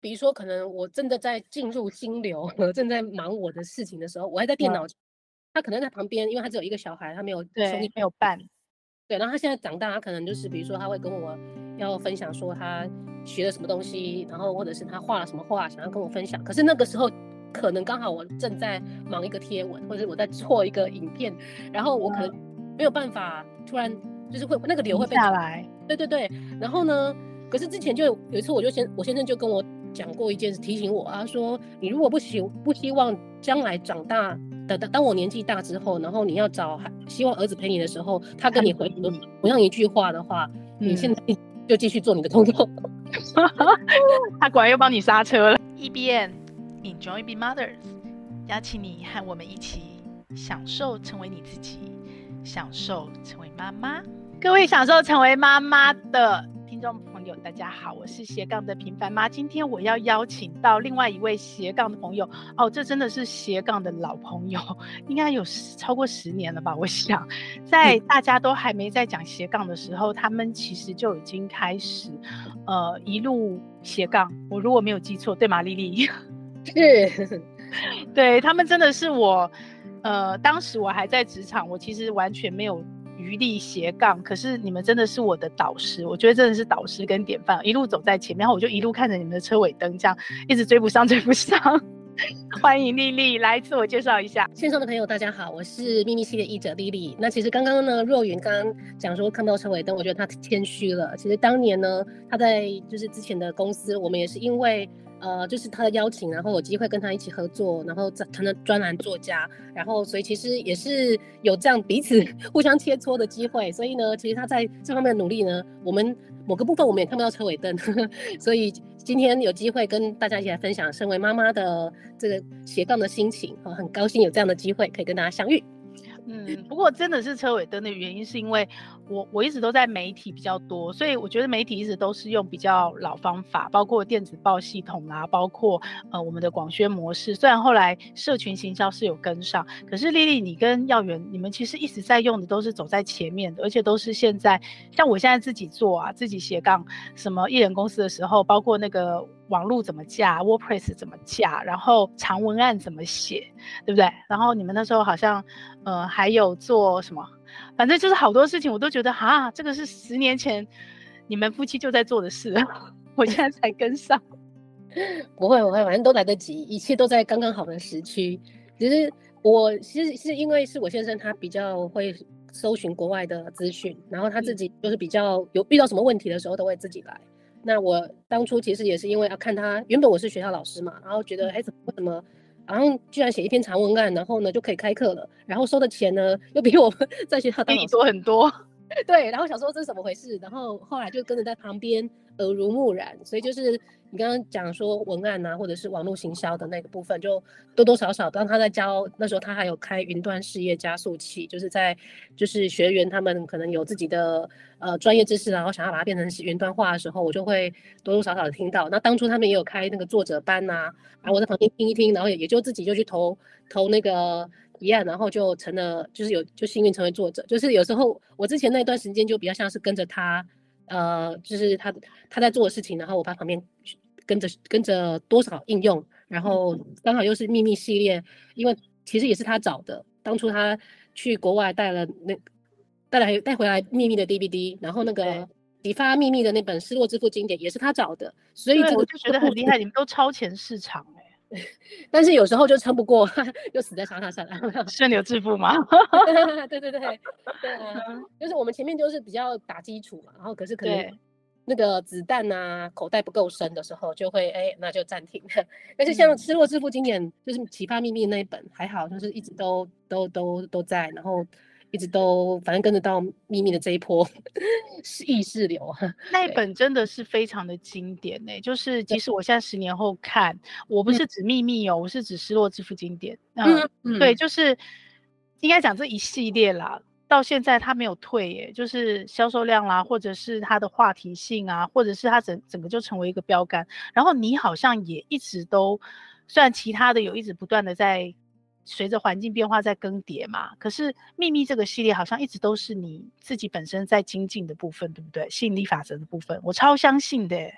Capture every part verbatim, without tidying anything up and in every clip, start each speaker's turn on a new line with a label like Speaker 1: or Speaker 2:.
Speaker 1: 比如说可能我真的在进入心流，正在忙我的事情的时候，我还在电脑，
Speaker 2: 嗯。
Speaker 1: 他可能在旁边，因为他只有一个小孩，他没有兄
Speaker 2: 对，
Speaker 1: 弟。
Speaker 2: 没有伴。
Speaker 1: 对，然后他现在长大，他可能就是比如说他会跟我要分享说他学了什么东西，然后或者是他画了什么画，想要跟我分享。可是那个时候可能刚好我正在忙一个贴文，或者我在做一个影片，然后我可能没有办法突然就是会那个流
Speaker 2: 停
Speaker 1: 会被
Speaker 2: 下来。
Speaker 1: 对对对，然后呢，可是之前就有有一次我就先我先生就跟我讲过一件事，提醒我啊，说你如果不希不希望将来长大的当我年纪大之后，然后你要找希望儿子陪你的时候，他跟你回同样一句话的话，你现在就继续做你的工作。
Speaker 2: 他果然又帮你刹车了。E B N Enjoy Being Mothers， 邀请你和我们一起享受成为你自己，享受成为妈妈。各位享受成为妈妈的听众朋友，大家好，我是斜杠的平凡妈。今天我要邀请到另外一位斜杠的朋友哦，这真的是斜杠的老朋友，应该有超过十年了吧？我想，在大家都还没在讲斜杠的时候，他们其实就已经开始，呃，一路斜杠。我如果没有记错，对吗，丽丽？
Speaker 1: 是，
Speaker 2: 对，他们真的是我，呃，当时我还在职场，我其实完全没有余力斜杠，可是你们真的是我的导师，我觉得真的是导师跟典范，一路走在前面，然后我就一路看着你们的车尾灯，这样一直追不上，追不上。欢迎丽丽来自我介绍一下。
Speaker 1: 线上的朋友大家好，我是秘密系列译者丽丽。那其实刚刚呢，若云刚刚讲说看不到车尾灯，我觉得她谦虚了。其实当年呢，她在就是之前的公司，我们也是因为呃，就是他的邀请，然后有机会跟他一起合作，然后成了专栏作家，然后所以其实也是有这样彼此互相切磋的机会。所以呢，其实他在这方面的努力呢，我们某个部分我们也看不到车尾灯，所以今天有机会跟大家一起来分享身为妈妈的这个斜杠的心情，很高兴有这样的机会可以跟大家相遇。
Speaker 2: 嗯，不过真的是车尾灯的原因是因为我我一直都在媒体比较多，所以我觉得媒体一直都是用比较老方法，包括电子报系统啦，包括呃我们的广宣模式。虽然后来社群行销是有跟上，可是丽丽你跟耀元你们其实一直在用的都是走在前面的，而且都是现在像我现在自己做啊，自己斜杠什么艺人公司的时候，包括那个网络怎么架 WordPress 怎么架，然后长文案怎么写，对不对？然后你们那时候好像呃还有做什么，反正就是好多事情我都觉得哈，这个是十年前你们夫妻就在做的事，我现在才跟上。
Speaker 1: 不会不会，反正都来得及，一切都在刚刚好的时区。其实我其实是因为是我先生他比较会搜寻国外的资讯，然后他自己就是比较有遇到什么问题的时候都会自己来。那我当初其实也是因为要看他，原本我是学校老师嘛，然后觉得哎怎么怎么，然后居然写一篇长文案，然后呢就可以开课了，然后收的钱呢又比我在学校当老师
Speaker 2: 多很多。
Speaker 1: 对，然后想说这是怎么回事，然后后来就跟着在旁边耳濡目染，所以就是你刚刚讲说文案啊，或者是网络行销的那个部分，就多多少少当他在教那时候，他还有开云端事业加速器，就是在就是学员他们可能有自己的呃专业知识，然后想要把它变成云端化的时候，我就会多多少少的听到。那当初他们也有开那个作者班啊，然后我在旁边听一听，然后也也就自己就去投投那个提案，然后就成了，就是有就幸运成为作者。就是有时候我之前那段时间就比较像是跟着他，呃，就是他他在做的事情，然后我在旁边跟着跟着多少应用，然后刚好又是秘密系列，因为其实也是他找的，当初他去国外带了那带来带回来秘密的 D V D， 然后那个启发秘密的那本失落致富经典也是他找的，所以这个
Speaker 2: 我就觉得很厉害，你们都超前市场哎、欸。
Speaker 1: 但是有时候就撑不过，又死在沙滩上了。
Speaker 2: 顺流致富吗？
Speaker 1: 对对对对啊，就是我们前面就是比较打基础嘛，然后可是可能那个子弹啊口袋不够深的时候，就会哎那就暂停。但是像失落致富经典，就是启发秘密那一本还好，就是一直都都都都在，然后一直都反正跟着到秘密的这一波意识流。
Speaker 2: 那一本真的是非常的经典欸，就是即使我现在十年后看，我不是指秘密哦，我是指失落致富经典。嗯，嗯对，就是应该讲这一系列啦，到现在它没有退耶，就是销售量啦，或者是它的话题性啊，或者是它整整个就成为一个标杆。然后你好像也一直都，虽然其他的有一直不断的在随着环境变化在更迭嘛，可是秘密这个系列好像一直都是你自己本身在精进的部分，对不对？吸引力法则的部分，我超相信的耶。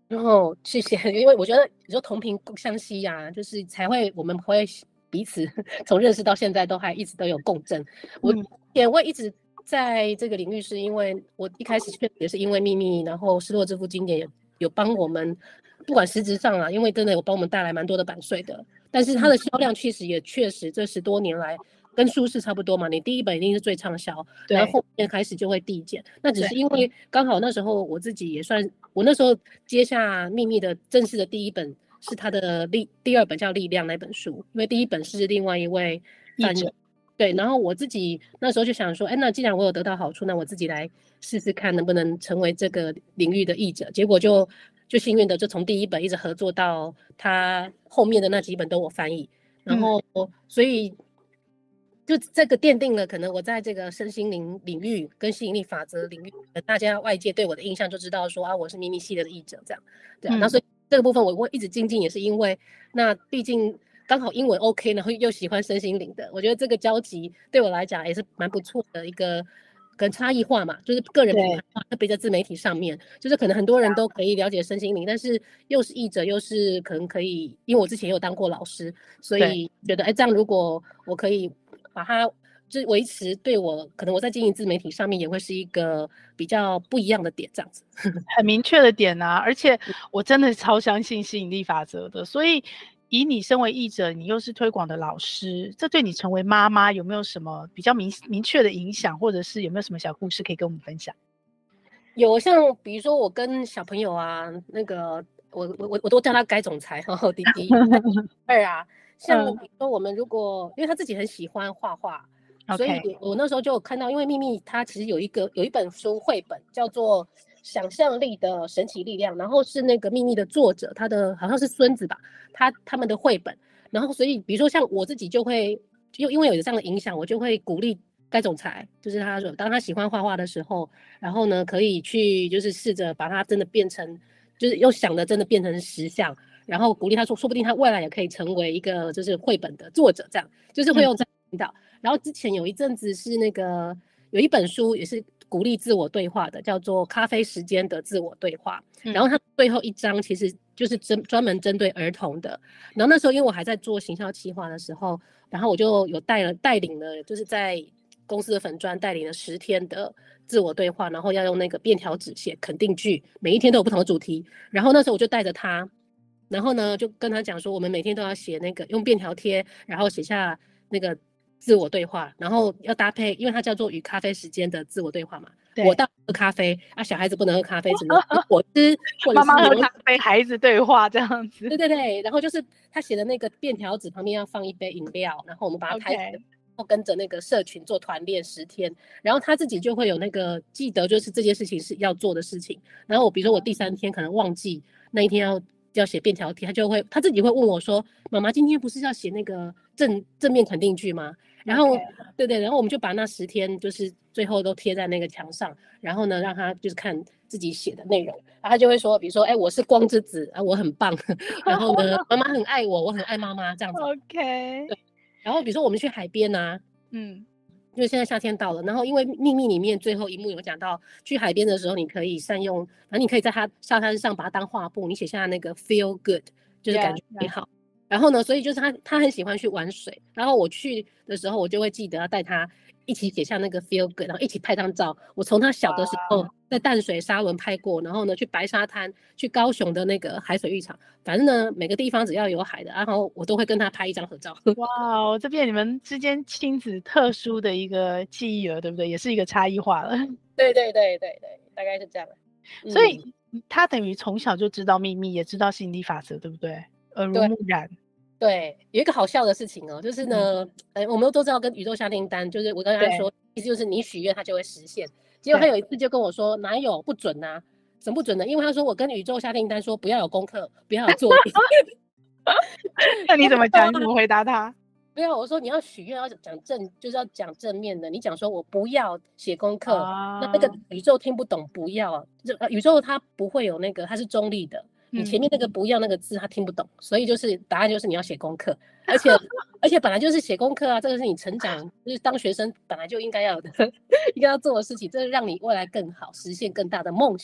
Speaker 1: 然后谢谢，因为我觉得你说同频相吸呀、啊，就是才会我们会彼此从认识到现在都还一直都有共振。我也会一直在这个领域，是因为我一开始确实也是因为秘密，然后失落这部经典有有帮我们，不管实质上啊，因为真的有帮我们带来蛮多的版税的，但是它的销量其实也确实这十多年来。跟书市差不多嘛，你第一本一定是最畅销，然后后面开始就会递减。那只是因为刚好那时候我自己也算，我那时候接下秘密的正式的第一本是他的力，第二本叫《力量》那本书，因为第一本是另外一位翻译。对，然后我自己那时候就想说，哎，那既然我有得到好处，那我自己来试试看能不能成为这个领域的译者。结果就就幸运的就从第一本一直合作到他后面的那几本都我翻译，然后、嗯、所以。就这个奠定了，可能我在这个身心灵领域跟吸引力法则领域，大家外界对我的印象就知道说啊，我是秘密系列的译者这样，对啊。嗯、那所以这个部分我会一直精进，也是因为那毕竟刚好英文 OK， 然后又喜欢身心灵的，我觉得这个交集对我来讲也是蛮不错的一个跟差异化嘛，就是个人品牌化，特别在自媒体上面，就是可能很多人都可以了解身心灵，但是又是译者，又是可能可以，因为我之前也有当过老师，所以觉得哎，这样如果我可以。把它就维持，对我可能我在经营自媒体上面也会是一个比较不一样的点，这样子
Speaker 2: 很明确的点啊！而且我真的超相信吸引力法则的，所以以你身为译者，你又是推广的老师，这对你成为妈妈有没有什么比较明明确的影响，或者是有没有什么小故事可以跟我们分享？
Speaker 1: 有，像比如说我跟小朋友啊，那个我我我都叫他该总裁哈，弟弟二啊。像比如说我们如果因为他自己很喜欢画画，所以我那时候就有看到，因为秘密它其实有一个有一本书绘本叫做《想象力的神奇力量》，然后是那个秘密的作者他的好像是孙子吧，他他们的绘本，然后所以比如说像我自己就会就因为有这样的影响，我就会鼓励该总裁，就是他说当他喜欢画画的时候，然后呢可以去就是试着把它真的变成，就是用想的真的变成实像。然后鼓励他说，说不定他未来也可以成为一个就是绘本的作者，这样就是会用这样引导。嗯、然后之前有一阵子是那个有一本书也是鼓励自我对话的，叫做《咖啡时间的自我对话》。嗯、然后它最后一章其实就是针专门针对儿童的。然后那时候因为我还在做行销企划的时候，然后我就有带了带领了，就是在公司的粉专带领了十天的自我对话，然后要用那个便条纸写肯定句，每一天都有不同的主题。然后那时候我就带着他。然后呢，就跟他讲说，我们每天都要写那个用便条贴，然后写下那个自我对话，然后要搭配，因为它叫做与咖啡时间的自我对话嘛。我到喝咖啡啊，小孩子不能喝咖啡，只能喝果汁，或者是
Speaker 2: 妈妈喝咖啡，孩子对话这样子。
Speaker 1: 对对对，然后就是他写的那个便条纸旁边要放一杯饮料，然后我们把它拍起来。Okay.然后跟着那个社群做团练十天，然后他自己就会有那个记得，就是这件事情是要做的事情。然后我比如说我第三天可能忘记那一天要要写便条贴，他就会他自己会问我说：“妈妈，今天不是要写那个正正面肯定句吗？”然后、okay. 对对，然后我们就把那十天就是最后都贴在那个墙上，然后呢让他就是看自己写的内容，然后他就会说，比如说，哎，我是光之子啊，我很棒，然后呢妈妈很爱我，我很爱妈妈这样子。
Speaker 2: OK。
Speaker 1: 对。然后比如说我们去海边啊，嗯，因为现在夏天到了，然后因为秘密里面最后一幕有讲到，去海边的时候你可以善用，然后你可以在它沙滩上把它当画布，你写下那个 feel good， 就是感觉美好。Yeah, yeah. 然后呢，所以就是他他很喜欢去玩水，然后我去的时候我就会记得要带他一起写下那个 feel good， 然后一起拍张照。我从他小的时候在淡水沙轮拍过，然后呢去白沙滩，去高雄的那个海水浴场，反正呢每个地方只要有海的，然后我都会跟他拍一张合照。
Speaker 2: 哇，这边你们之间亲子特殊的一个记忆了，对不对？也是一个差异化了。
Speaker 1: 对对对对对，大概是这样。
Speaker 2: 所以、嗯、他等于从小就知道秘密，也知道吸引力法则，对不对？耳濡目染。
Speaker 1: 对，有一个好笑的事情哦，就是呢，嗯、呃，我们都知道跟宇宙下订单，就是我刚才说，意思就是你许愿它就会实现。结果他有一次就跟我说，哪有不准啊？怎么不准呢？因为他说我跟宇宙下订单说不要有功课，不要有作业。
Speaker 2: 那你怎么讲？你怎么回答他？
Speaker 1: 没有，我说你要许愿要讲正，就是要讲正面的。你讲说我不要写功课，啊、那那个宇宙听不懂，不要，就宇宙它不会有那个，它是中立的。你前面那个不要那个字他听不懂，所以就是答案就是你要写功课，而且而且本来就是写功课啊，这个是你成长，就是当学生本来就应该要的，应该要做的事情，这是让你未来更好，实现更大的梦想。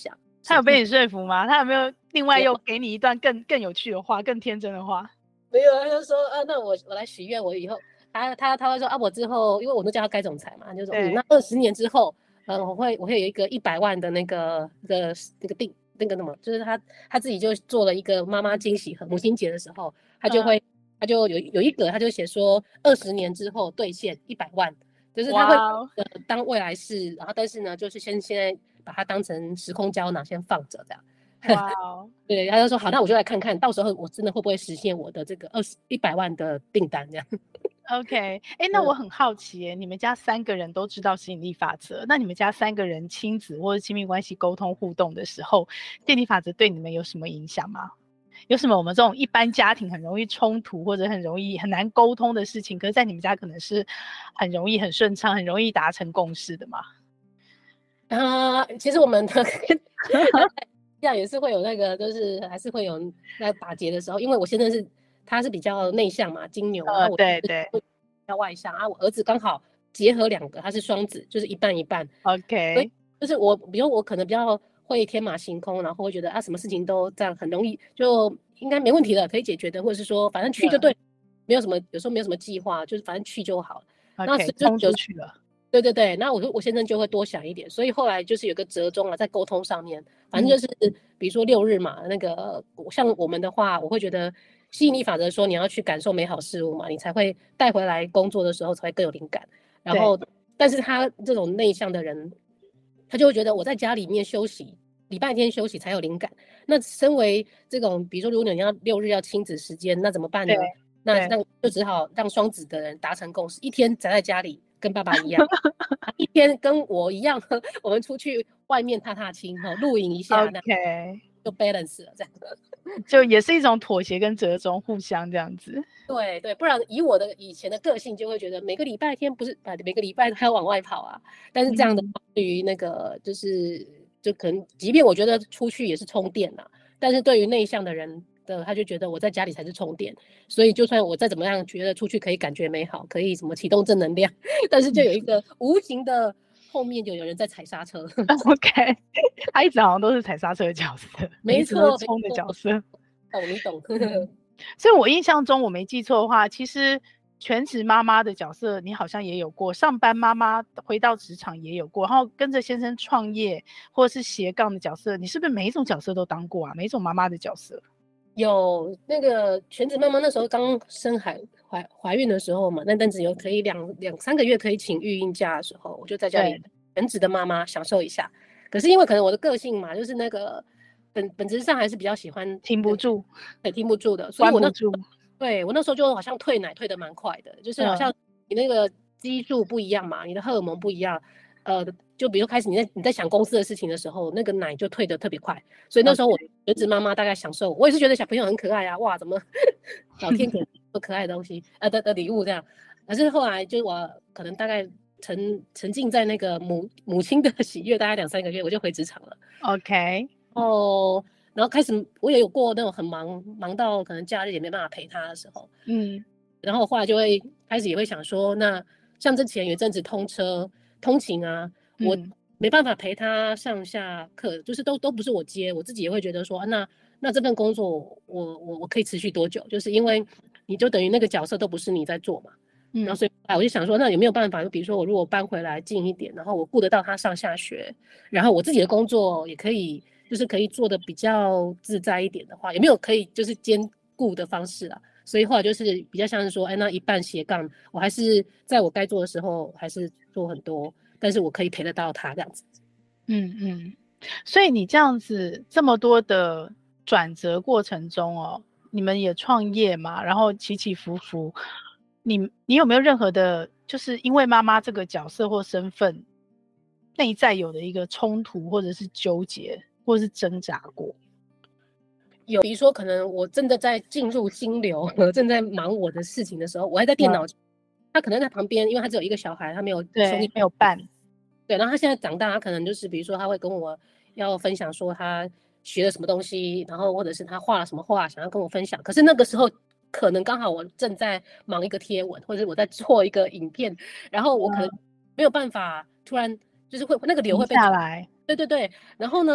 Speaker 2: 他有被你说服吗？他有没有另外又给你一段更更有趣的话，更天真的话？
Speaker 1: 没有，他就说啊，那我我来许愿，我以后他他他会说啊，我之后因为我都叫他该总裁嘛，他就说嗯，那二十年之后，嗯，我会我会有一个一百万的那个的那个定那个什么，就是他他自己就做了一个妈妈惊喜盒，母亲节的时候，他就会、嗯、他就有有一格，他就写说二十年之后兑现一百万，就是他会、wow. 呃、当未来式，然后但是呢，就是先现在把它当成时空胶囊先放着这样。
Speaker 2: 哇哦，
Speaker 1: 对，他就说好，那我就来看看，到时候我真的会不会实现我的这个二十一百万的订单这样。
Speaker 2: OK， 哎、欸，那我很好奇耶，你们家三个人都知道吸引力法则，那你们家三个人亲子或者亲密关系沟通互动的时候，吸引力法则对你们有什么影响吗？有什么我们这种一般家庭很容易冲突或者很容易很难沟通的事情，可是在你们家可能是很容易很顺畅很容易达成共识的吗？
Speaker 1: 啊、呃，其实我们的这样也是会有那个，就是还是会有那打结的时候，因为我先生是他是比较内向嘛，金牛，然后我
Speaker 2: 对对
Speaker 1: 比较外向啊，我儿子刚好结合两个，他是双子，就是一半一半。
Speaker 2: OK，
Speaker 1: 所以就是我，比如我可能比较会天马行空，然后会觉得啊，什么事情都这样很容易，就应该没问题的，可以解决的，或者是说反正去就对，嗯、没有什么，有时候没有什么计划，就是反正去就好。
Speaker 2: OK，
Speaker 1: 那
Speaker 2: 冲出去了。
Speaker 1: 对对对，那我我先生就会多想一点，所以后来就是有个折中啊，在沟通上面，反正就是、嗯、比如说六日嘛，那个像我们的话，我会觉得吸引力法则说你要去感受美好事物嘛，你才会带回来工作的时候才会更有灵感。然后，但是他这种内向的人，他就会觉得我在家里面休息，礼拜天休息才有灵感。那身为这种，比如说如果你要六日要亲子时间，那怎么办呢？那那就只好让双子的人达成共识，一天宅在家里。跟爸爸一样，一天跟我一样，我们出去外面踏踏青，露营一下
Speaker 2: ，OK，
Speaker 1: 就 balance 了，这样
Speaker 2: 就也是一种妥协跟折中，互相这样子。
Speaker 1: 对对，不然以我的以前的个性，就会觉得每个礼拜天不是啊，每个礼拜都要往外跑啊。但是这样的话，对于那个就是就可能，即便我觉得出去也是充电啦，但是对于内向的人。的他就觉得我在家里才是充电，所以就算我再怎么样觉得出去可以感觉美好，可以什么启动正能量，但是就有一个无形的后面就有人在踩刹车。
Speaker 2: OK， 他一直好像都是踩刹车的角色，
Speaker 1: 没错，
Speaker 2: 冲的角色。
Speaker 1: 懂你懂。
Speaker 2: 所以我印象中我没记错的话，其实全职妈妈的角色你好像也有过，上班妈妈回到职场也有过，然后跟着先生创业或者是斜杠的角色，你是不是每一种角色都当过啊？每一种妈妈的角色？
Speaker 1: 有那个全职妈妈那时候刚生孩怀怀孕的时候嘛，那阵子有可以两两三个月可以请育婴假的时候，我就在家里全职的妈妈享受一下。可是因为可能我的个性嘛，就是那个本本质上还是比较喜欢
Speaker 2: 停不住，
Speaker 1: 对，停不住的，所以我那
Speaker 2: 住
Speaker 1: 对我那时候就好像退奶退得蛮快的，就是好像你那个激素不一样嘛，你的荷尔蒙不一样。呃，就比如开始你在你在想公司的事情的时候，那个奶就退得特别快，所以那时候我全职妈妈大概享受，我也是觉得小朋友很可爱啊，哇，怎么老天给多可爱的东西呃的的礼物这样，可是后来就我可能大概沉沉浸在那个母母亲的喜悦，大概两三个月我就回职场了。
Speaker 2: OK，
Speaker 1: 哦，然后开始我也有过那种很忙忙到可能假日也没办法陪他的时候，嗯，然后后来就会开始也会想说，那像之前有一阵子通车。通勤啊，我没办法陪他上下课，就是都都不是我接，我自己也会觉得说，啊、那那这份工作我我我可以持续多久？就是因为你就等于那个角色都不是你在做嘛，嗯、然后所以我就想说，那有没有办法？比如说我如果搬回来近一点，然后我顾得到他上下学，然后我自己的工作也可以，就是可以做的比较自在一点的话，有没有可以就是兼顾的方式啊？所以后来就是比较像是说，哎，那一半斜杠，我还是在我该做的时候还是做很多，但是我可以陪得到他这样子。
Speaker 2: 嗯嗯，所以你这样子这么多的转折过程中哦，你们也创业嘛，然后起起伏伏，你你有没有任何的，就是因为妈妈这个角色或身份内在有的一个冲突，或者是纠结，或者是挣扎过？
Speaker 1: 有，比如说可能我真的在进入心流，正在忙我的事情的时候，我还在电脑，嗯、他可能在旁边，因为他只有一个小孩，他没有兄弟，
Speaker 2: 没有伴，
Speaker 1: 对，然后他现在长大，他可能就是比如说他会跟我要分享说他学了什么东西，然后或者是他画了什么画，想要跟我分享，可是那个时候可能刚好我正在忙一个贴文，或者是我在做一个影片，然后我可能没有办法突然就是会那个流会被
Speaker 2: 下来，
Speaker 1: 对对对，然后呢？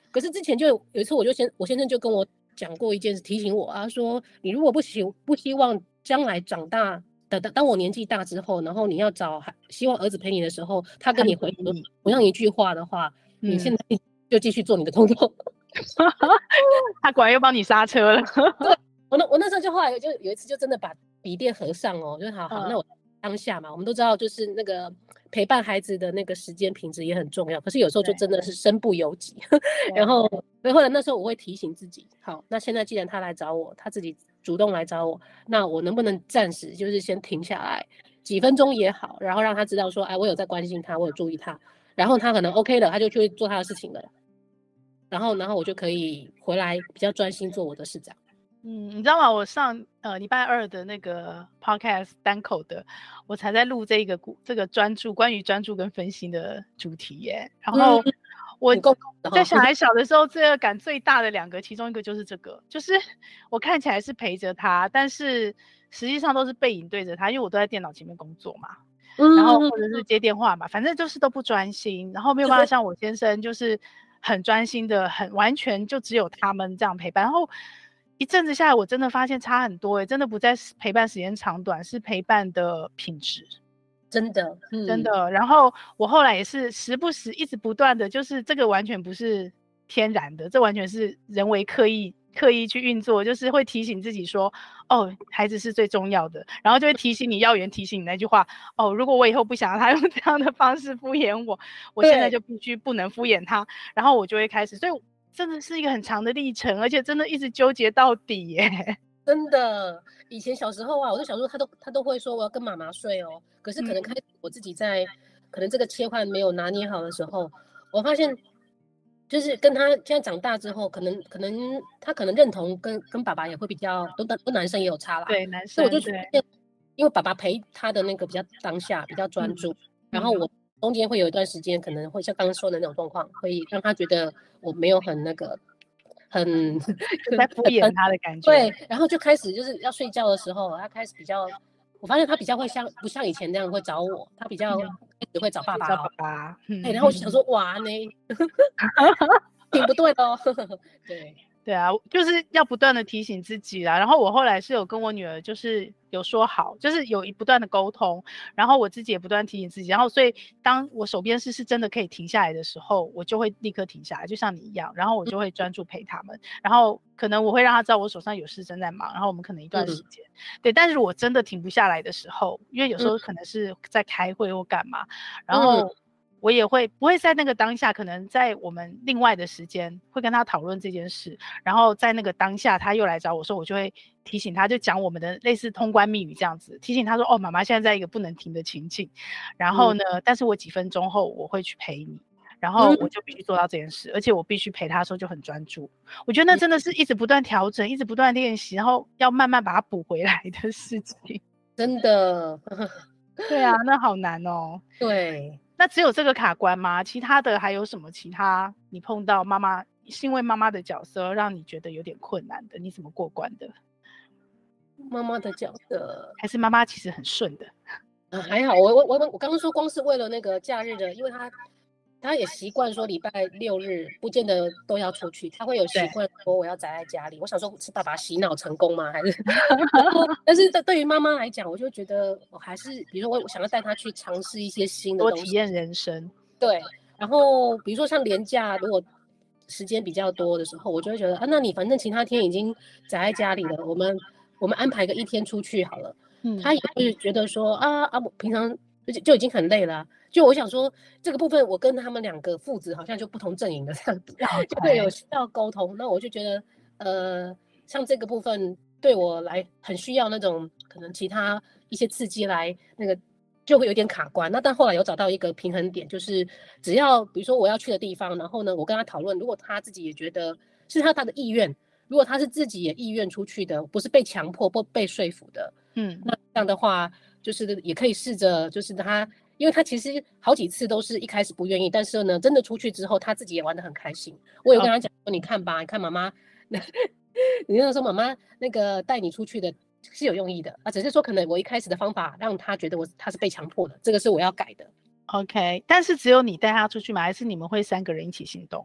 Speaker 1: 可是之前就有一次，我就先我先生就跟我讲过一件事，提醒我啊，说你如果不希不希望将来长大的当我年纪大之后，然后你要找希望儿子陪你的时候，他跟你回同样一句话的话，嗯、你现在就继续做你的工作。
Speaker 2: 他果然又帮你刹车了。
Speaker 1: 对，我那我那时候就后来就有一次就真的把笔电合上哦，就好好、嗯、那我当下嘛，我们都知道就是那个陪伴孩子的那个时间品质也很重要，可是有时候就真的是身不由己。然后所以后来那时候我会提醒自己，好，那现在既然他来找我，他自己主动来找我，那我能不能暂时就是先停下来几分钟也好，然后让他知道说，哎，我有在关心他，我有注意他，然后他可能 OK 了，他就去做他的事情了。然后，然后我就可以回来比较专心做我的事长。
Speaker 2: 嗯，你知道吗？我上呃礼拜二的那个 podcast 单口的，我才在录这个这个专注关于专注跟分心的主题耶。然后我在小孩小的时候，罪恶感最大的两个，其中一个就是这个，就是我看起来是陪着他，但是实际上都是背影对着他，因为我都在电脑前面工作嘛。然后或者是接电话嘛，反正就是都不专心，然后没有办法像我先生就是很专心的，很完全就只有他们这样陪伴。然后一阵子下来，我真的发现差很多，真的不再是陪伴时间长短，是陪伴的品质，
Speaker 1: 真的，嗯、
Speaker 2: 真的。然后我后来也是时不时一直不断的，就是这个完全不是天然的，这完全是人为刻意。刻意去运作，就是会提醒自己说，哦，孩子是最重要的，然后就会提醒你，要员提醒你那句话，哦，如果我以后不想让他用这样的方式敷衍我，我现在就必须不能敷衍他，然后我就会开始，所以真的是一个很长的历程，而且真的一直纠结到底耶。
Speaker 1: 真的，以前小时候啊，我就想说他都他都会说我要跟妈妈睡哦，可是可能开始我自己在、嗯、可能这个切换没有拿捏好的时候，我发现。就是跟他现在长大之后，可能可能他可能认同跟跟爸爸也会比较，都都男生也有差啦。
Speaker 2: 对，男生。
Speaker 1: 所以我就觉得，因为爸爸陪他的那个比较当下，比较专注，嗯、然后我中间会有一段时间，可能会像刚刚说的那种状况，会让他觉得我没有很那个，很
Speaker 2: 在敷衍他的感觉。
Speaker 1: 对，然后就开始就是要睡觉的时候，他开始比较。我发现他比较会像不像以前那样会找我，他比较只会找爸爸、哦。
Speaker 2: 找爸爸。嗯、
Speaker 1: 欸，然后我就想说，哇呢，挺不对的哦。对
Speaker 2: 对啊，就是要不断的提醒自己啦。然后我后来是有跟我女儿，就是有说好，就是有一不断的沟通，然后我自己也不断提醒自己。然后所以当我手边事是真的可以停下来的时候，我就会立刻停下来，就像你一样，然后我就会专注陪他们。然后可能我会让他知道我手上有事正在忙，然后我们可能一段时间、嗯、对。但是我真的停不下来的时候，因为有时候可能是在开会或干嘛，然后、嗯我也会不会在那个当下，可能在我们另外的时间会跟他讨论这件事，然后在那个当下他又来找我说，我就会提醒他，就讲我们的类似通关密语这样子，提醒他说，哦，妈妈现在在一个不能停的情境，然后呢、嗯、但是我几分钟后我会去陪你，然后我就必须做到这件事、嗯、而且我必须陪他的时候就很专注。我觉得那真的是一直不断调整，一直不断练习，然后要慢慢把它补回来的事情。
Speaker 1: 真的。
Speaker 2: 对啊，那好难哦。
Speaker 1: 对，
Speaker 2: 那只有这个卡关吗？其他的还有什么其他你碰到妈妈是因为妈妈的角色让你觉得有点困难的，你怎么过关的？
Speaker 1: 妈妈的角色
Speaker 2: 还是妈妈其实很顺的？
Speaker 1: 啊、还好，我我我我刚刚说光是为了那个假日的，因为他他也习惯说礼拜六日不见得都要出去，他会有习惯说我要宅在家里。我想说是爸爸洗脑成功吗？还是？但是对于妈妈来讲，我就觉得我还是，比如说我想要带他去尝试一些新的东西，
Speaker 2: 多体验人生。
Speaker 1: 对，然后比如说像连假，如果时间比较多的时候，我就会觉得啊，那你反正其他天已经宅在家里了，我们我们安排个一天出去好了。嗯，他也会觉得说啊啊，我平常就就已经很累了、啊。就我想说，这个部分我跟他们两个父子好像就不同阵营的这样子，就会有需要沟通。那我就觉得，呃，像这个部分对我来很需要那种可能其他一些刺激来那个就会有点卡关。那但后来有找到一个平衡点，就是只要比如说我要去的地方，然后呢，我跟他讨论，如果他自己也觉得是他他的意愿，如果他是自己也意愿出去的，不是被强迫或被说服的，嗯，那这样的话，就是也可以试着，就是他。因为他其实好几次都是一开始不愿意，但是呢，真的出去之后，他自己也玩得很开心。我有跟他讲说，你看吧，你看妈妈，你那时候妈妈那个带你出去的是有用意的啊，只是说可能我一开始的方法让他觉得我他是被强迫的，这个是我要改的。
Speaker 2: OK， 但是只有你带他出去吗？还是你们会三个人一起行动？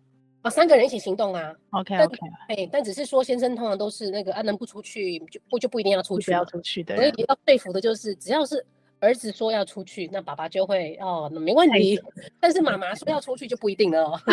Speaker 1: 啊，三个人一起行动啊。
Speaker 2: OK
Speaker 1: 但
Speaker 2: OK，
Speaker 1: 哎，但只是说先生通常都是那个啊，能不出去就不就不一定要出去嘛，
Speaker 2: 不要出去的人，
Speaker 1: 所以要说服的就是只要是儿子说要出去，那爸爸就会哦，那没问题。但是妈妈说要出去就不一定了哦。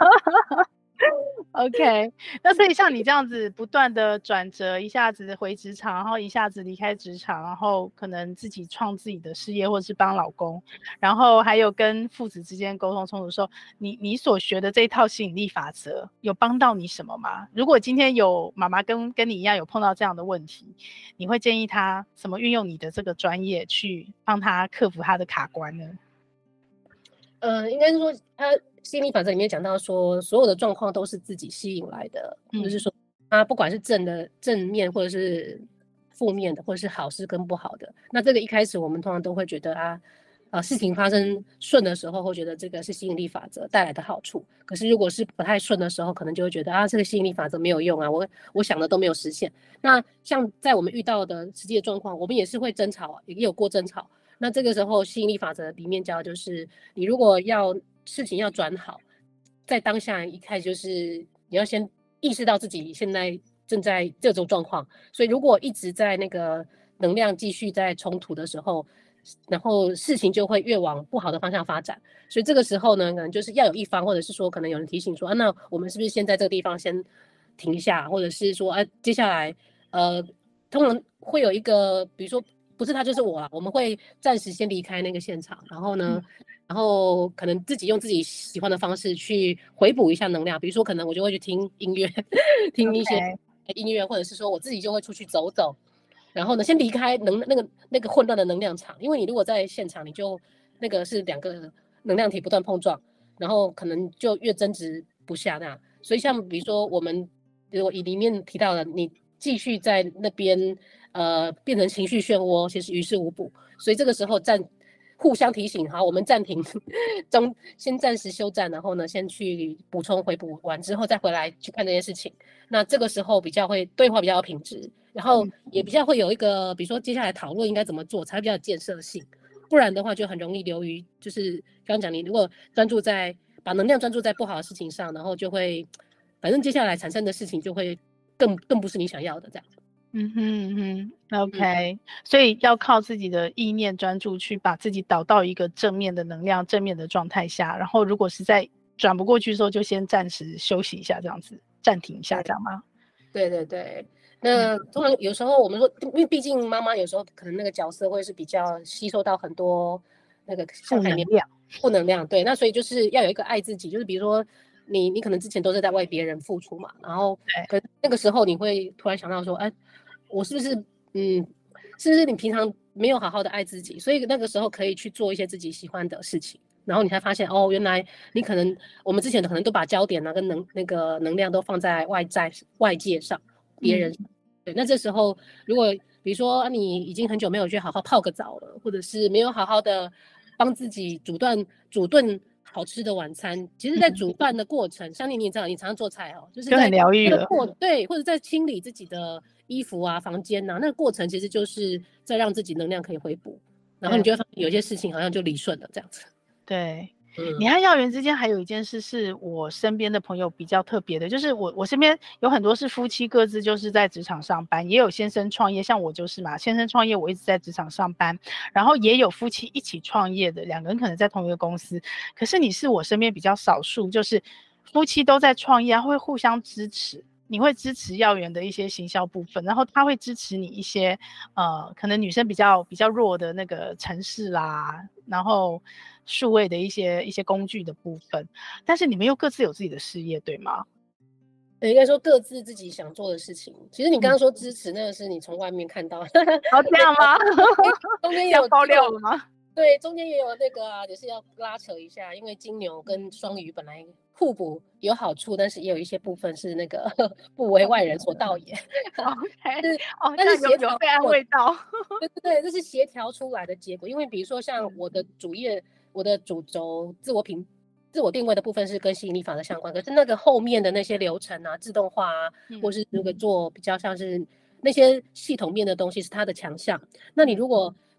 Speaker 2: OK，那所以像你这样子不断的转折，一下子回职场，然后一下子离开职场，然后可能自己创自己的事业，或者是帮老公，然后还有跟父子之间沟通冲突的时候，你你所学的这一套吸引力法则有帮到你什么吗？如果今天有妈妈跟跟你一样有碰到这样的问题，你会建议她怎么运用你的这个专业去帮她克服她的卡关呢？
Speaker 1: 呃，应该是说，他吸引力法则里面讲到说，所有的状况都是自己吸引来的，
Speaker 2: 嗯
Speaker 1: 就是说，他不管是正的正面，或者是负面的，或者是好事跟不好的，那这个一开始我们通常都会觉得啊，啊事情发生顺的时候，会觉得这个是吸引力法则带来的好处。可是如果是不太顺的时候，可能就会觉得啊，这个吸引力法则没有用啊，我我想的都没有实现。那像在我们遇到的实际的状况，我们也是会争吵，也有过争吵。那这个时候吸引力法则里面教的就是，你如果要事情要转好，在当下一开始就是你要先意识到自己现在正在这种状况，所以如果一直在那个能量继续在冲突的时候，然后事情就会越往不好的方向发展。所以这个时候呢，可能就是要有一方，或者是说可能有人提醒说，啊，那我们是不是先在这个地方先停一下，或者是说，啊，接下来呃，通常会有一个，比如说。不是他就是我啊，我们会暂时先离开那个现场，然后呢，然后可能自己用自己喜欢的方式去回补一下能量，比如说可能我就会去听音乐，听一些音乐，或者是说我自己就会出去走走，然后呢，先离开能那个那个混乱的能量场，因为你如果在现场，你就那个是两个能量体不断碰撞，然后可能就越争执不下那样，所以像比如说我们如果以里面提到的，你继续在那边。呃，变成情绪漩涡，其实于事无补。所以这个时候暂互相提醒，好，我们暂停，中先暂时休战，然后呢，先去补充回补完之后再回来去看这件事情。那这个时候比较会对话比较有品质，然后也比较会有一个，比如说接下来讨论应该怎么做才比较有建设性。不然的话就很容易流于，就是刚刚讲你如果专注在把能量专注在不好的事情上，然后就会，反正接下来产生的事情就会更更不是你想要的这样。
Speaker 2: 嗯哼嗯哼 ，OK，、嗯、所以要靠自己的意念专注去把自己导到一个正面的能量、正面的状态下，然后如果实在转不过去的时候，就先暂时休息一下，这样子暂停一下，这样吗？
Speaker 1: 对对对，那通常有时候我们说，因为毕竟妈妈有时候可能那个角色会是比较吸收到很多那个
Speaker 2: 负能量，
Speaker 1: 负能量，对，那所以就是要有一个爱自己，就是比如说你你可能之前都是在为别人付出嘛，然后可那个时候你会突然想到说，哎。我是不是嗯，是不是你平常没有好好的爱自己，所以那个时候可以去做一些自己喜欢的事情，然后你才发现哦，原来你可能我们之前可能都把焦点呢、啊、跟能那个能量都放在外在外界上，别人、嗯、对，那这时候如果比如说、啊、你已经很久没有去好好泡个澡了，或者是没有好好的帮自己煮顿煮顿好吃的晚餐，其实在煮饭的过程，像你你知道你常常做菜哦，就是在
Speaker 2: 很疗愈了，
Speaker 1: 对，或者在清理自己的衣服啊、房间啊，那个过程其实就是在让自己能量可以恢复，然后你就会发现有些事情好像就理顺了这样子。
Speaker 2: 对，嗯、你和药园之间还有一件事是我身边的朋友比较特别的，就是我我身边有很多是夫妻各自就是在职场上班，也有先生创业，像我就是嘛，先生创业我一直在职场上班，然后也有夫妻一起创业的，两个人可能在同一个公司，可是你是我身边比较少数，就是夫妻都在创业，会互相支持。你会支持药园的一些行销部分，然后他会支持你一些呃，可能女生比较比较弱的那个程式啦，然后数位的一些一些工具的部分，但是你们又各自有自己的事业，对吗？
Speaker 1: 应该说各自自己想做的事情。其实你刚刚说支持，那个是你从外面看到。
Speaker 2: 嗯、哦，这样吗？
Speaker 1: 中间也有
Speaker 2: 爆料了吗？
Speaker 1: 对，中间也有那个啊，也是要拉扯一下，因为金牛跟双鱼本来互补有好处，但是也有一些部分是那个不为外人所道也。
Speaker 2: OK，
Speaker 1: 是
Speaker 2: 哦，
Speaker 1: 但是协调
Speaker 2: 有被安慰到。
Speaker 1: 对对对，这是协调出来的结果。因为比如说像我的主业，我的主轴自我评、自我定位的部分是跟吸引力法则相关，可是那个后面的那些流程啊、自动化啊，嗯、或是那个做比较像是那些系统面的东西是它的强项。那你如果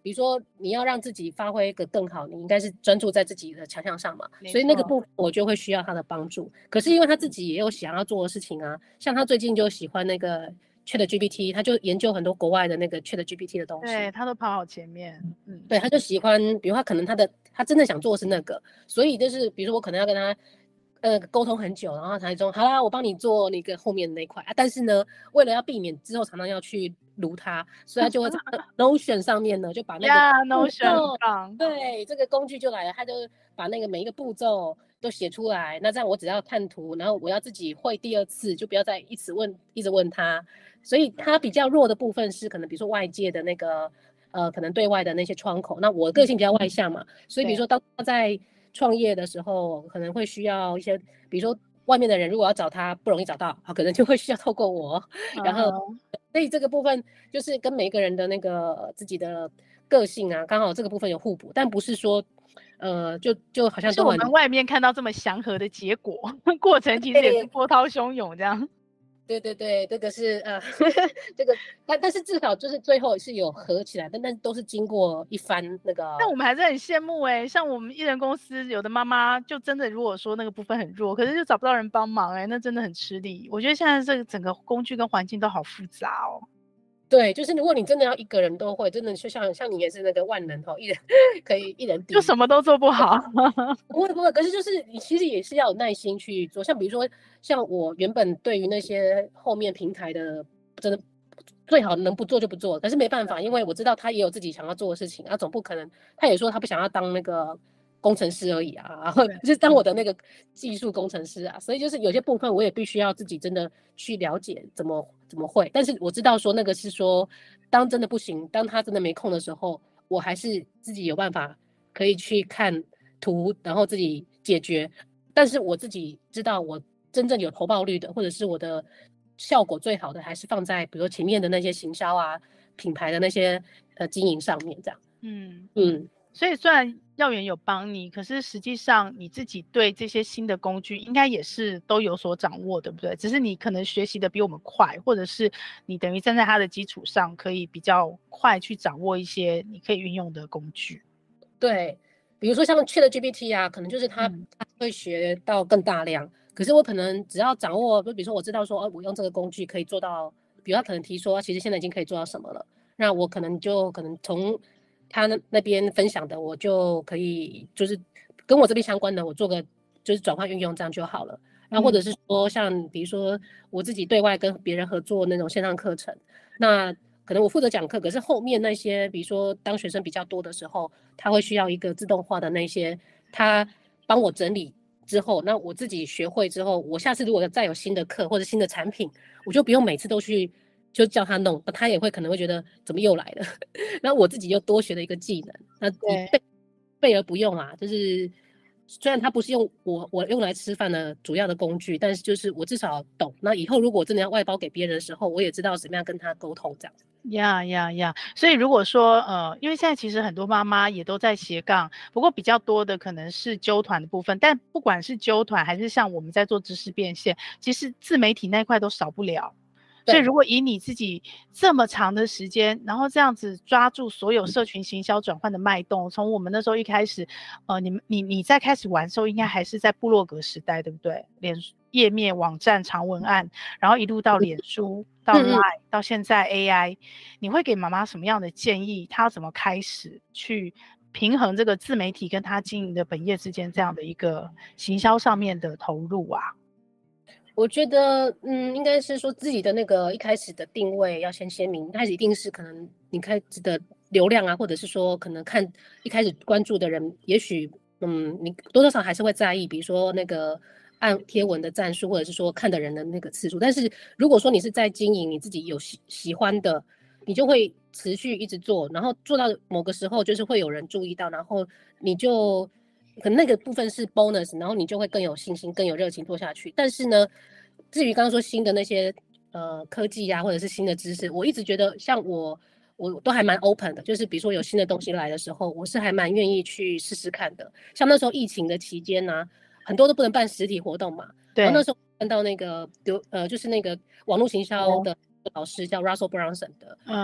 Speaker 1: 比如说你要让自己发挥的更好，你应该是专注在自己的强项上嘛，所以那个部分我就会需要他的帮助。可是因为他自己也有想要做的事情啊，像他最近就喜欢那个 ChatGPT， 他就研究很多国外的那个 ChatGPT 的东西，
Speaker 2: 对，他都跑好前面。
Speaker 1: 嗯，对，他就喜欢，比如他可能他的他真的想做的是那个，所以就是比如说我可能要跟他呃沟通很久，然后才说好啦，我帮你做那个后面那一块啊。但是呢，为了要避免之后常常要去撸它，所以他就会在 Notion 上面呢就把那个
Speaker 2: yeah, Notion
Speaker 1: 对这个工具就来了，他就把那个每一个步骤都写出来。那这样我只要看图，然后我要自己会第二次，就不要再一直问一直问他。所以他比较弱的部分是可能比如说外界的那个呃可能对外的那些窗口。那我个性比较外向嘛，所以比如说当他在创业的时候可能会需要一些，比如说外面的人如果要找他不容易找到，可能就会需要透过我，然后所以这个部分就是跟每一个人的那个自己的个性啊，刚好这个部分有互补，但不是说呃就就好像
Speaker 2: 都很是我们外面看到这么祥和的结果，过程其实也是波涛汹涌这样。
Speaker 1: 对对对，这个是呃，这个但但是至少就是最后是有合起来，但但都是经过一番那个。
Speaker 2: 但我们还是很羡慕哎、欸，像我们艺人公司有的妈妈就真的如果说那个部分很弱，可是就找不到人帮忙哎、欸，那真的很吃力。我觉得现在这个整个工具跟环境都好复杂哦。
Speaker 1: 对，就是如果你真的要一个人都会，真的就像像你也是那个万能哦，一人可以一人顶，
Speaker 2: 就什么都做不好。
Speaker 1: 不会不会，可是就是你其实也是要有耐心去做。像比如说，像我原本对于那些后面平台的，真的最好能不做就不做。可是没办法，因为我知道他也有自己想要做的事情，他总不可能，他也说他不想要当那个工程师而已啊，然后就是当我的那个技术工程师啊。所以就是有些部分我也必须要自己真的去了解怎么怎么会。但是我知道说那个是说，当真的不行，当他真的没空的时候，我还是自己有办法可以去看图，然后自己解决。但是我自己知道，我真正有投报率的，或者是我的效果最好的，还是放在比如说前面的那些行销啊、品牌的那些呃经营上面，这样。
Speaker 2: 嗯
Speaker 1: 嗯，
Speaker 2: 所以虽然耀元有帮你，可是实际上你自己对这些新的工具应该也是都有所掌握，对不对？只是你可能学习的比我们快，或者是你等于站在它的基础上，可以比较快去掌握一些你可以运用的工具。
Speaker 1: 对，比如说像 ChatGPT 啊，可能就是他、嗯、他会学到更大量，可是我可能只要掌握，就比如说我知道说，哦，我用这个工具可以做到，比如他可能提说，其实现在已经可以做到什么了，那我可能就可能从他那那边分享的，我就可以就是跟我这边相关的，我做个就是转换运用这样就好了。那或者是说像比如说我自己对外跟别人合作那种线上课程，那可能我负责讲课，可是后面那些比如说当学生比较多的时候，他会需要一个自动化的那些，他帮我整理之后，那我自己学会之后，我下次如果再有新的课或者新的产品，我就不用每次都去就叫他弄，他也会可能会觉得怎么又来了，然后我自己又多学了一个技能，那备备而不用啊，就是虽然它不是用我我用来吃饭的主要的工具，但是就是我至少懂，那以后如果真的要外包给别人的时候，我也知道怎么样跟他沟通这样。
Speaker 2: 呀呀呀！所以如果说呃，因为现在其实很多妈妈也都在斜杠，不过比较多的可能是揪团的部分。但不管是揪团还是像我们在做知识变现，其实自媒体那一块都少不了。所以如果以你自己这么长的时间，然后这样子抓住所有社群行销转换的脉动，从我们那时候一开始，呃，你你你在开始玩的时候，应该还是在部落格时代，对不对？脸页面、网站、长文案，然后一路到脸书、到 Line， 到现在 A I， 你会给妈妈什么样的建议？她要怎么开始去平衡这个自媒体跟她经营的本业之间这样的一个行销上面的投入啊？
Speaker 1: 我觉得，嗯，应该是说自己的那个一开始的定位要先鲜明，一开始一定是可能你开始的流量啊，或者是说可能看一开始关注的人，也许，嗯，你多多少还是会在意，比如说那个按贴文的赞数，或者是说看的人的那个次数。但是如果说你是在经营你自己有喜喜欢的，你就会持续一直做，然后做到某个时候就是会有人注意到，然后你就。可能那个部分是 bonus， 然后你就会更有信心、更有热情做下去。但是呢，至于刚刚说新的那些呃科技啊，或者是新的知识，我一直觉得像我，我都还蛮 open 的。就是比如说有新的东西来的时候，我是还蛮愿意去试试看的。像那时候疫情的期间呢、啊，很多都不能办实体活动嘛。
Speaker 2: 对。
Speaker 1: 然后那时候看到那个呃，就是那个网络行销的老师叫 Russell Brunson 的，嗯，然后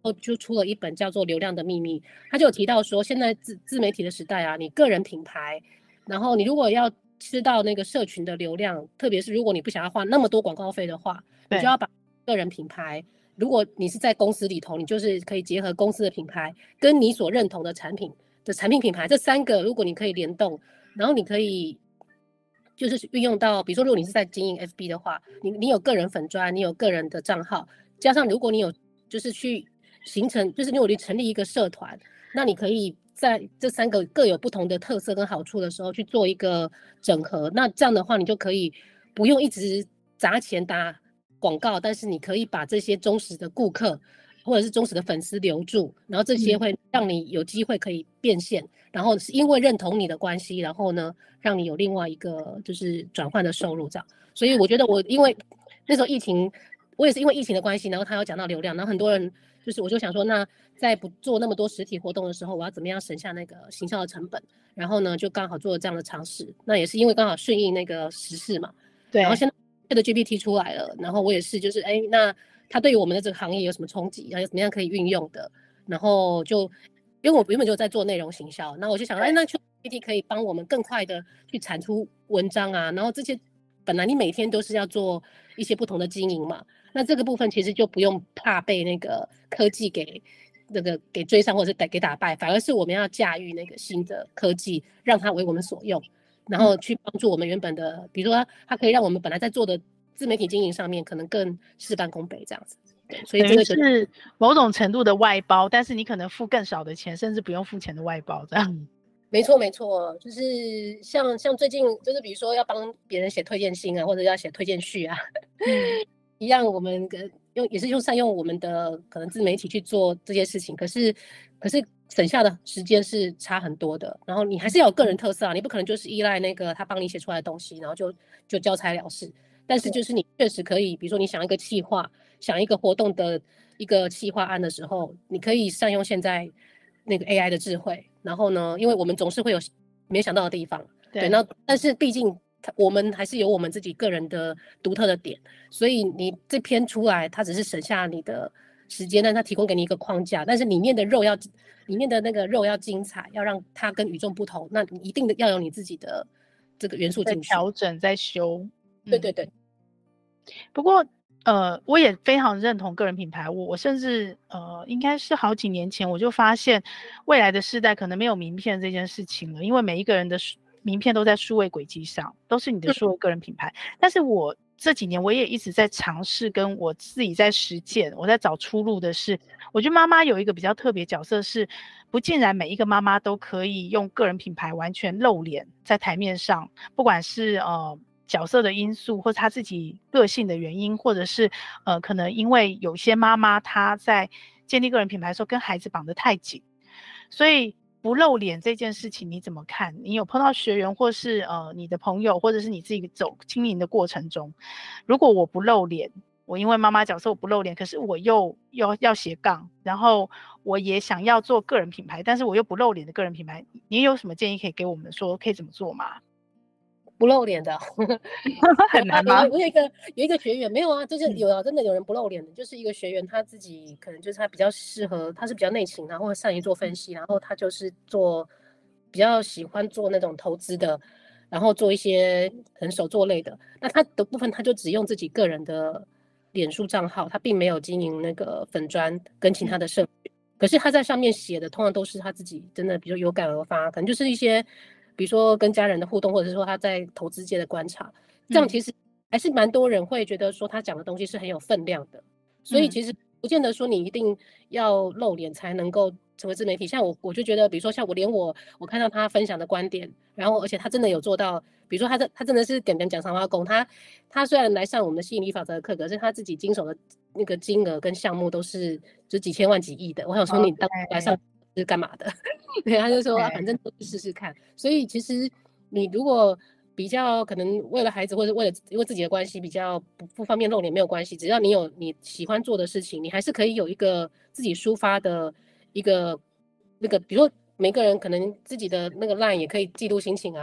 Speaker 1: 后就出了一本叫做《流量的秘密》，他就有提到说，现在自自媒体的时代啊，你个人品牌，然后你如果要吃到那个社群的流量，特别是如果你不想要花那么多广告费的话，你就要把个人品牌，如果你是在公司里头，你就是可以结合公司的品牌跟你所认同的产品的产品品牌这三个，如果你可以联动，然后你可以就是运用到，比如说如果你是在经营 F B 的话，你你有个人粉专，你有个人的账号，加上如果你有就是去形成，就是如果你成立一个社团，那你可以在这三个各有不同的特色跟好处的时候去做一个整合，那这样的话你就可以不用一直砸钱打广告，但是你可以把这些忠实的顾客或者是忠实的粉丝留住，然后这些会让你有机会可以变现，嗯、然后是因为认同你的关系，然后呢让你有另外一个就是转换的收入这样。所以我觉得我因为那时候疫情，我也是因为疫情的关系，然后他有讲到流量，然后很多人就是我就想说，那在不做那么多实体活动的时候，我要怎么样省下那个行销的成本？然后呢就刚好做了这样的尝试，那也是因为刚好顺应那个时事嘛。
Speaker 2: 对。
Speaker 1: 然后现在的 G P T 出来了，然后我也是就是哎那。它对于我们的这个行业有什么冲击？还有怎么样可以运用的？然后就因为我原本就在做内容行销，那我就想，哎，那 G P T 可以帮我们更快的去产出文章啊。然后这些本来你每天都是要做一些不同的经营嘛，那这个部分其实就不用怕被那个科技给那个给追上或者是给打败，反而是我们要驾驭那个新的科技，让它为我们所用，然后去帮助我们原本的，比如说它可以让我们本来在做的自媒体经营上面可能更事半功倍这样子。对，所以这个
Speaker 2: 是某种程度的外包，但是你可能付更少的钱，甚至不用付钱的外包这样。
Speaker 1: 没错没错，就是像像最近就是比如说要帮别人写推荐信啊，或者要写推荐序啊，一样我们用也是用善用我们的可能自媒体去做这些事情，可是可是省下的时间是差很多的。然后你还是要有个人特色啊，你不可能就是依赖那个他帮你写出来的东西，然后就就交差了事。但是就是你确实可以，比如说你想一个企划，想一个活动的一个企划案的时候，你可以善用现在那个 A I 的智慧。然后呢，因为我们总是会有没想到的地方，对，那但是毕竟我们还是有我们自己个人的独特的点，所以你这篇出来，它只是省下你的时间，但它提供给你一个框架，但是里面的肉要里面的那个肉要精彩，要让它跟与众不同，那你一定的要有你自己的这个元素进去，
Speaker 2: 在调整，在修。
Speaker 1: 对对对。
Speaker 2: 不过呃，我也非常认同个人品牌。我我甚至呃，应该是好几年前我就发现，未来的世代可能没有名片这件事情了，因为每一个人的名片都在数位轨迹上，都是你的数位个人品牌。嗯、但是我这几年我也一直在尝试，跟我自己在实践，我在找出路的是，我觉得妈妈有一个比较特别角色是，不尽然每一个妈妈都可以用个人品牌完全露脸在台面上，不管是呃。角色的因素，或者他自己个性的原因，或者是呃，可能因为有些妈妈她在建立个人品牌的时候跟孩子绑得太紧，所以不露脸这件事情你怎么看？你有碰到学员或是呃你的朋友，或者是你自己走经营的过程中，如果我不露脸，我因为妈妈角色我不露脸，可是我又又要斜杠，然后我也想要做个人品牌，但是我又不露脸的个人品牌，你有什么建议可以给我们说可以怎么做吗？
Speaker 1: 不露脸的
Speaker 2: 很难吗？
Speaker 1: 我有一个有一个学员没有啊，就是有啊，真的有人不露脸的，就是一个学员他自己可能就是他比较适合，他是比较内勤，然后善于做分析，然后他就是做比较喜欢做那种投资的，然后做一些可能手作类的。那他的部分他就只用自己个人的脸书账号，他并没有经营那个粉专跟其他的社群，可是他在上面写的通常都是他自己真的比如有感而发，可能就是一些。比如说跟家人的互动，或者是说他在投资界的观察，这样其实还是蛮多人会觉得说他讲的东西是很有分量的，所以其实不见得说你一定要露脸才能够成为自媒体。像我我就觉得，比如说像我连我我看到他分享的观点，然后而且他真的有做到，比如说他这他真的是点点讲长话工，他他虽然来上我们的吸引力法则的课，可是他自己经手的那个金额跟项目都是就几千万几亿的。我想说你当来上是干嘛的？对，他就说、啊、反正都试试看。所以其实你如果比较可能为了孩子或者为了因为自己的关系比较不不方便露脸没有关系，只要你有你喜欢做的事情，你还是可以有一个自己抒发的一个那个，比如说每个人可能自己的那个 line 也可以记录心情啊，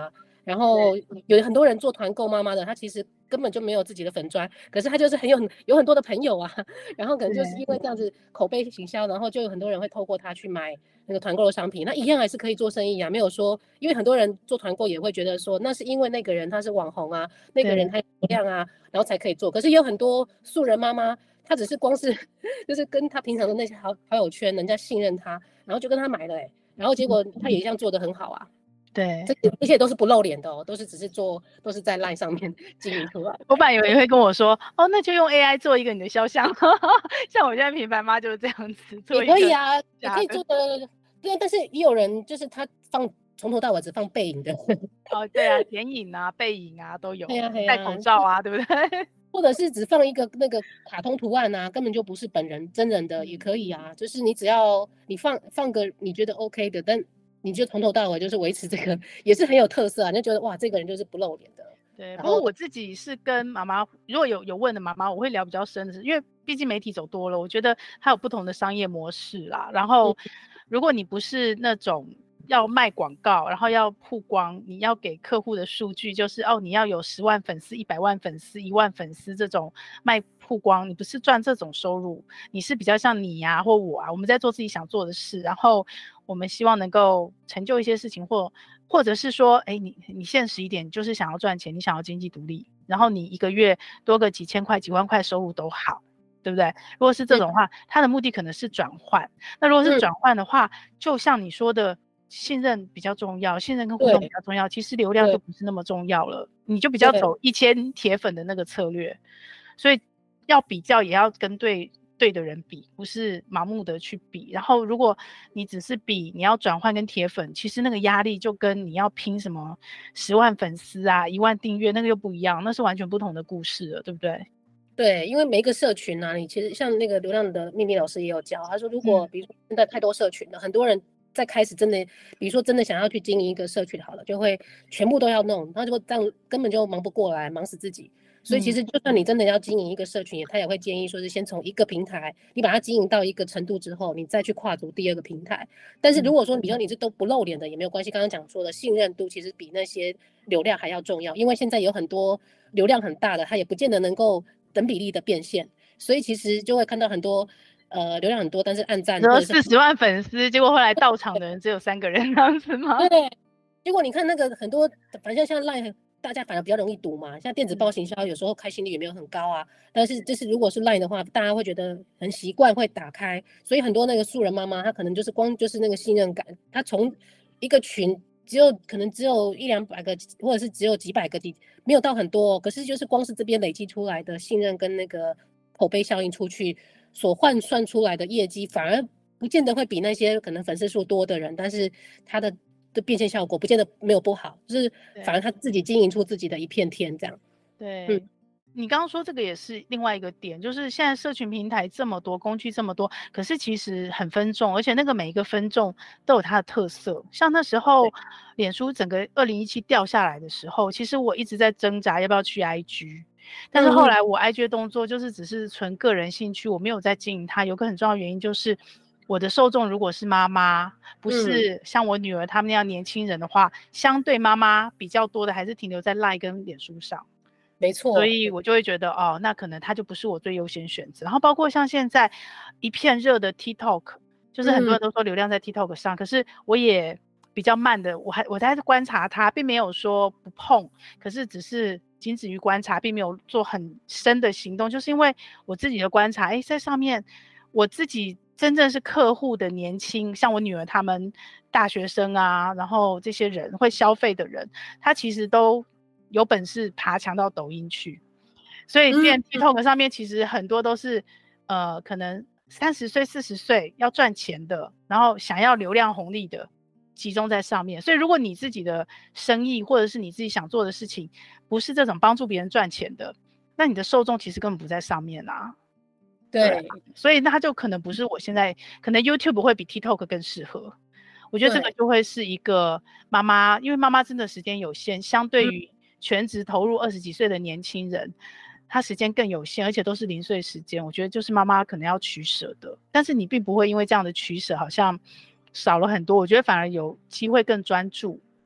Speaker 1: 然后有很多人做团购妈妈的，她其实根本就没有自己的粉专，可是她就是很有有很多的朋友啊，然后可能就是因为这样子口碑行销，然后就有很多人会透过她去买那个团购的商品，那一样还是可以做生意啊，没有说，因为很多人做团购也会觉得说，那是因为那个人他是网红啊，那个人他有流量啊，然后才可以做，可是也有很多素人妈妈，她只是光是就是跟她平常的那些好好友圈，人家信任她，然后就跟她买了哎、欸，然后结果她也一样做得很好啊。
Speaker 2: 对，
Speaker 1: 这这些都是不露脸的哦，都是只是做，都是在 LINE 上面经营出来的。
Speaker 2: 我本来有人会跟我说，哦，那就用 A I 做一个你的肖像，像我现在平凡妈就是这样子做一个。
Speaker 1: 也可以啊，也可以做的，对，但是也有人就是他放从头到尾只放背影的。
Speaker 2: 哦，对啊，眼影啊、背影啊都有，
Speaker 1: 对啊，对
Speaker 2: 戴口罩啊，对不对？
Speaker 1: 或者是只放一个那个卡通图案啊，根本就不是本人真人的也可以啊。就是你只要你放放个你觉得 OK 的，但你就从头到尾就是维持这个，也是很有特色啊。你就觉得哇，这个人就是不露脸的。
Speaker 2: 对，不过我自己是跟妈妈，如果有有问的妈妈，我会聊比较深的是，因为毕竟媒体走多了，我觉得它有不同的商业模式啦。然后，如果你不是那种要卖广告，然后要曝光，你要给客户的数据就是哦，你要有十万粉丝、一百万粉丝、一万粉丝这种卖曝光，你不是赚这种收入，你是比较像你呀、啊、或我啊，我们在做自己想做的事，然后我们希望能够成就一些事情或。或者是说，哎，你你现实一点，就是想要赚钱，你想要经济独立，然后你一个月多个几千块、几万块收入都好，对不对？如果是这种话，他的目的可能是转换。那如果是转换的话，就像你说的，信任比较重要，信任跟互动比较重要，其实流量就不是那么重要了，你就比较走一千铁粉的那个策略。所以要比较，也要跟对。对的人比，不是盲目的去比。然后如果你只是比你要转换跟铁粉，其实那个压力就跟你要拼什么十万粉丝啊、一万订阅那个又不一样，那是完全不同的故事了，对不对？
Speaker 1: 对，因为每一个社群啊，你其实像那个流量的秘密老师也有教，他说如果比如说现在太多社群了，嗯、很多人在开始真的，比如说真的想要去经营一个社群好了，就会全部都要弄，然后就这样根本就忙不过来，忙死自己。所以其实就算你真的要经营一个社群，他也会建议说是先从一个平台，你把它经营到一个程度之后，你再去跨足第二个平台。但是如果说比如说你是都不露脸的也没有关系，刚刚讲说的信任度其实比那些流量还要重要，因为现在有很多流量很大的，他也不见得能够等比例的变现，所以其实就会看到很多呃流量很多，但是按赞或者是
Speaker 2: 四十万粉丝，结果后来到场的人只有三个人，这样子吗？
Speaker 1: 对，结果你看那个很多，反正像 LINE。大家反而比较容易读嘛，像电子报行销有时候开心率也没有很高啊，但是就是如果是 LINE 的话，大家会觉得很习惯会打开，所以很多那个素人妈妈，她可能就是光就是那个信任感，她从一个群只有可能只有一两百个，或者是只有几百个，没有到很多、哦，可是就是光是这边累积出来的信任跟那个口碑效应出去所换算出来的业绩，反而不见得会比那些可能粉丝数多的人，但是他的的变现效果不见得没有不好，就是反而他自己经营出自己的一片天这样。
Speaker 2: 对，嗯，你刚刚说这个也是另外一个点，就是现在社群平台这么多，工具这么多，可是其实很分众，而且那个每一个分众都有它的特色。像那时候脸书整个二零一七掉下来的时候，其实我一直在挣扎要不要去 I G， 但是后来我 I G 的动作就是只是纯个人兴趣，我没有在经营它。有个很重要的原因就是。我的受众如果是妈妈，不是像我女儿他们那样年轻人的话，嗯、相对妈妈比较多的还是停留在 LINE 跟脸书上。
Speaker 1: 没错，
Speaker 2: 所以我就会觉得哦，那可能它就不是我最优先选择。然后包括像现在一片热的 TikTok， 就是很多人都说流量在 TikTok 上，嗯、可是我也比较慢的，我还我在观察它，并没有说不碰，可是只是仅止于观察，并没有做很深的行动，就是因为我自己的观察，哎，在上面我自己。真正是客户的年轻，像我女儿他们大学生啊，然后这些人会消费的人，他其实都有本事爬墙到抖音去，所以变 TikTok 上面其实很多都是、嗯、呃，可能三十岁、四十岁要赚钱的，然后想要流量红利的，集中在上面。所以如果你自己的生意或者是你自己想做的事情，不是这种帮助别人赚钱的，那你的受众其实根本不在上面啊。
Speaker 1: 对,
Speaker 2: 对，所以那它就可能不是我现在，可能 YouTube 会比 TikTok 更适合。我觉得这个就会是一个妈妈，因为妈妈真的时间有限，相对于全职投入二十几岁的年轻人，她时间更有限，而且都是零碎时间。我觉得就是妈妈可能要取舍的，但是你并不会因为这样的取舍好像少了很多，我觉得反而有机会更专注，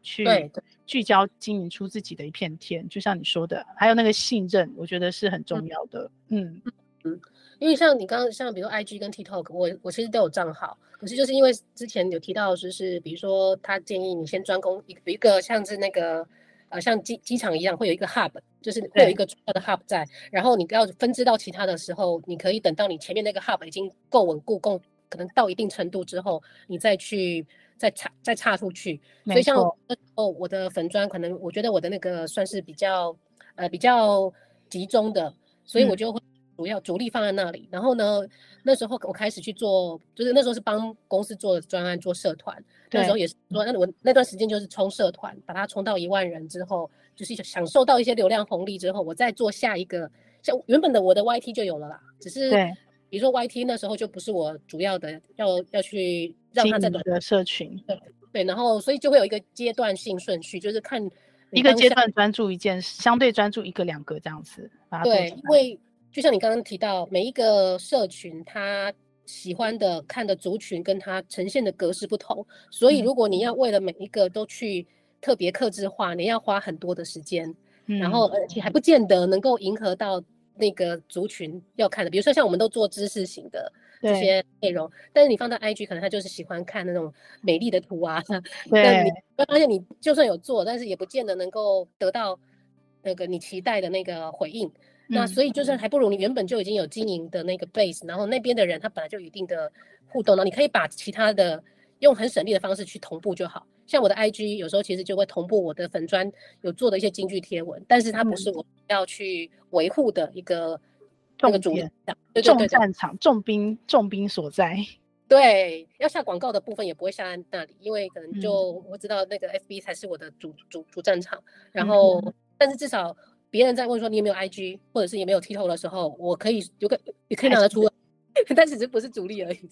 Speaker 2: 去
Speaker 1: 对对
Speaker 2: 聚焦经营出自己的一片天，就像你说的，还有那个信任，我觉得是很重要的。嗯
Speaker 1: 嗯，因为像你刚刚像比如 I G 跟 TikTok，我我其实都有账号，可是就是因为之前有提到，就是比如说他建议你先专攻一个一个像是那个呃像机机场一样会有一个 hub， 就是会有一个主要的 hub 在，然后你要分支到其他的时候，你可以等到你前面那个 hub 已经够稳固，够可能到一定程度之后，你再去再插再插出去。所以像哦我的粉专可能我觉得我的那个算是比较呃比较集中的，所以我就会。嗯主要主力放在那里，然后呢，那时候我开始去做，就是那时候是帮公司做专案做社团，那时候也是说，那我那段时间就是冲社团，把它冲到一万人之后，就是享受到一些流量红利之后，我再做下一个，像原本的我的 Y T 就有了啦，只是比如说 Y T 那时候就不是我主要的要要去让它在
Speaker 2: 的社群，
Speaker 1: 对对，然后所以就会有一个阶段性顺序，就是看
Speaker 2: 一个阶段专注一件事，相对专注一个两个这样子，
Speaker 1: 对，因为。就像你刚刚提到，每一个社群他喜欢的看的族群跟他呈现的格式不同，所以如果你要为了每一个都去特别客制化，你要花很多的时间，嗯、然后而且还不见得能够迎合到那个族群要看的。比如说像我们都做知识型的这些内容，但是你放到 I G， 可能他就是喜欢看那种美丽的图啊，那你会发现你就算有做，但是也不见得能够得到那个你期待的那个回应。那所以就是还不如你原本就已经有经营的那个 base， 然后那边的人他本来就有一定的互动，然后你可以把其他的用很省力的方式去同步就好。像我的 I G 有时候其实就会同步我的粉专有做的一些金句贴文，但是它不是我要去维护的一个、嗯、那个主力，
Speaker 2: 对重战场、重兵、重兵所在。
Speaker 1: 对，要下广告的部分也不会下在那里，因为可能就我知道那个 F B 才是我的主主主战场，然后、嗯、但是至少。别人在问说你有没有 I G 或者是有没有 TikTok 的时候，我可以有个也可以拿得出来，但是只不是主力而已。